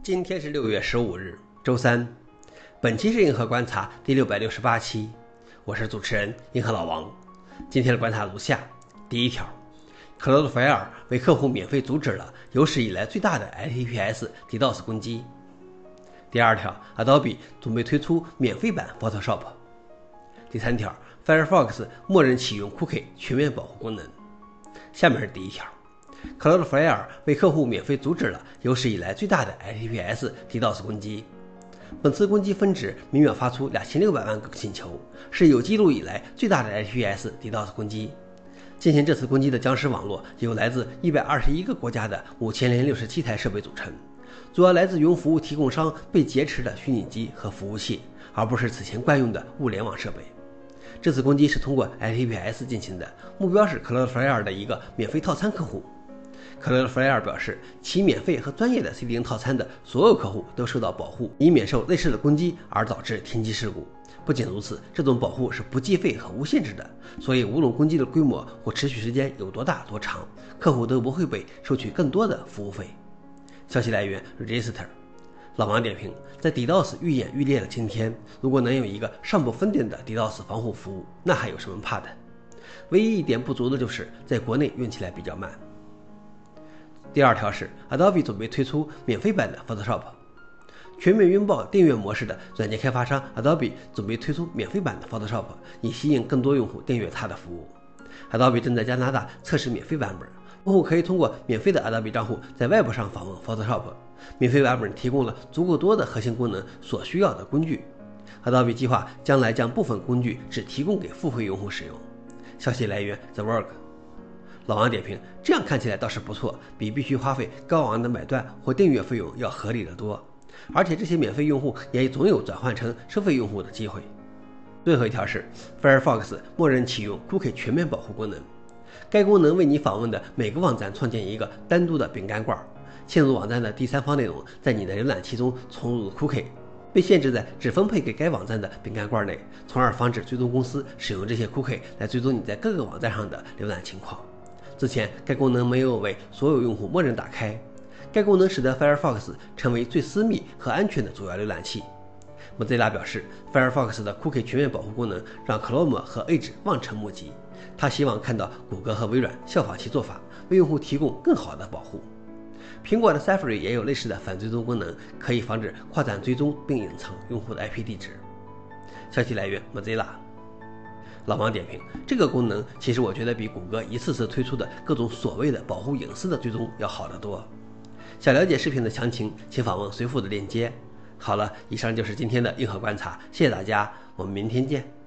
今天是6月15日，周三。本期是硬核观察第668期，我是主持人硬核老王。今天的观察如下：第一条 ，Cloudflare 为客户免费阻止了有史以来最大的 HTTPS DDoS 攻击。第二条 ，Adobe 准备推出免费版 Photoshop。第三条 ，Firefox 默认启用 Cookie 全面保护功能。下面是第一条。Cloudflare 为客户免费阻止了有史以来最大的 HTTPS DDoS 攻击。本次攻击分值每秒发出2600万个请求，是有记录以来最大的 HTTPS DDoS 攻击。进行这次攻击的僵尸网络由来自121个国家的5067台设备组成，主要来自云服务提供商被劫持的虚拟机和服务器，而不是此前惯用的物联网设备。这次攻击是通过 HTTPS 进行的，目标是 Cloudflare 的一个免费套餐客户。Cloudflare 表示，其免费和专业的 CDN 套餐的所有客户都受到保护，以免受类似的攻击而导致停机事故。不仅如此，这种保护是不计费和无限制的，所以无论攻击的规模或持续时间有多大多长，客户都不会被收取更多的服务费。消息来源 Register。老王点评：在 DDoS 愈演愈烈的今天，如果能有一个上不封顶的 DDoS 防护服务，那还有什么怕的？唯一一点不足的就是在国内用起来比较慢。第二条是 Adobe 准备推出免费版的 Photoshop。全面拥抱订阅模式的软件开发商 Adobe 准备推出免费版的 Photoshop， 以吸引更多用户订阅它的服务。Adobe 正在加拿大测试免费版本，用户可以通过免费的 Adobe 账户在 Web 上访问 Photoshop。免费版本提供了足够多的核心功能所需要的工具。Adobe 计划将来将部分工具只提供给付费用户使用。消息来源 The Work。老王点评：这样看起来倒是不错，比必须花费高昂的买断或订阅费用要合理得多。而且这些免费用户也总有转换成收费用户的机会。最后一条是 Firefox 默认启用 Cookie 全面保护功能。该功能为你访问的每个网站创建一个单独的饼干罐，嵌入网站的第三方内容在你的浏览器中重入 Cookie， 被限制在只分配给该网站的饼干罐内，从而防止追踪公司使用这些 Cookie 来追踪你在各个网站上的浏览情况。之前该功能没有为所有用户默认打开，该功能使得 Firefox 成为最私密和安全的主要浏览器。Mozilla 表示 ，Firefox 的 Cookie 全面保护功能让 Chrome 和 Edge 望尘莫及。他希望看到谷歌和微软效仿其做法，为用户提供更好的保护。苹果的 Safari 也有类似的反追踪功能，可以防止跨站追踪并隐藏用户的 IP 地址。消息来源 Mozilla。老王点评：这个功能其实我觉得比谷歌一次次推出的各种所谓的保护隐私的追踪要好得多。想了解视频的详情，请访问随附的链接。好了，以上就是今天的硬核观察，谢谢大家，我们明天见。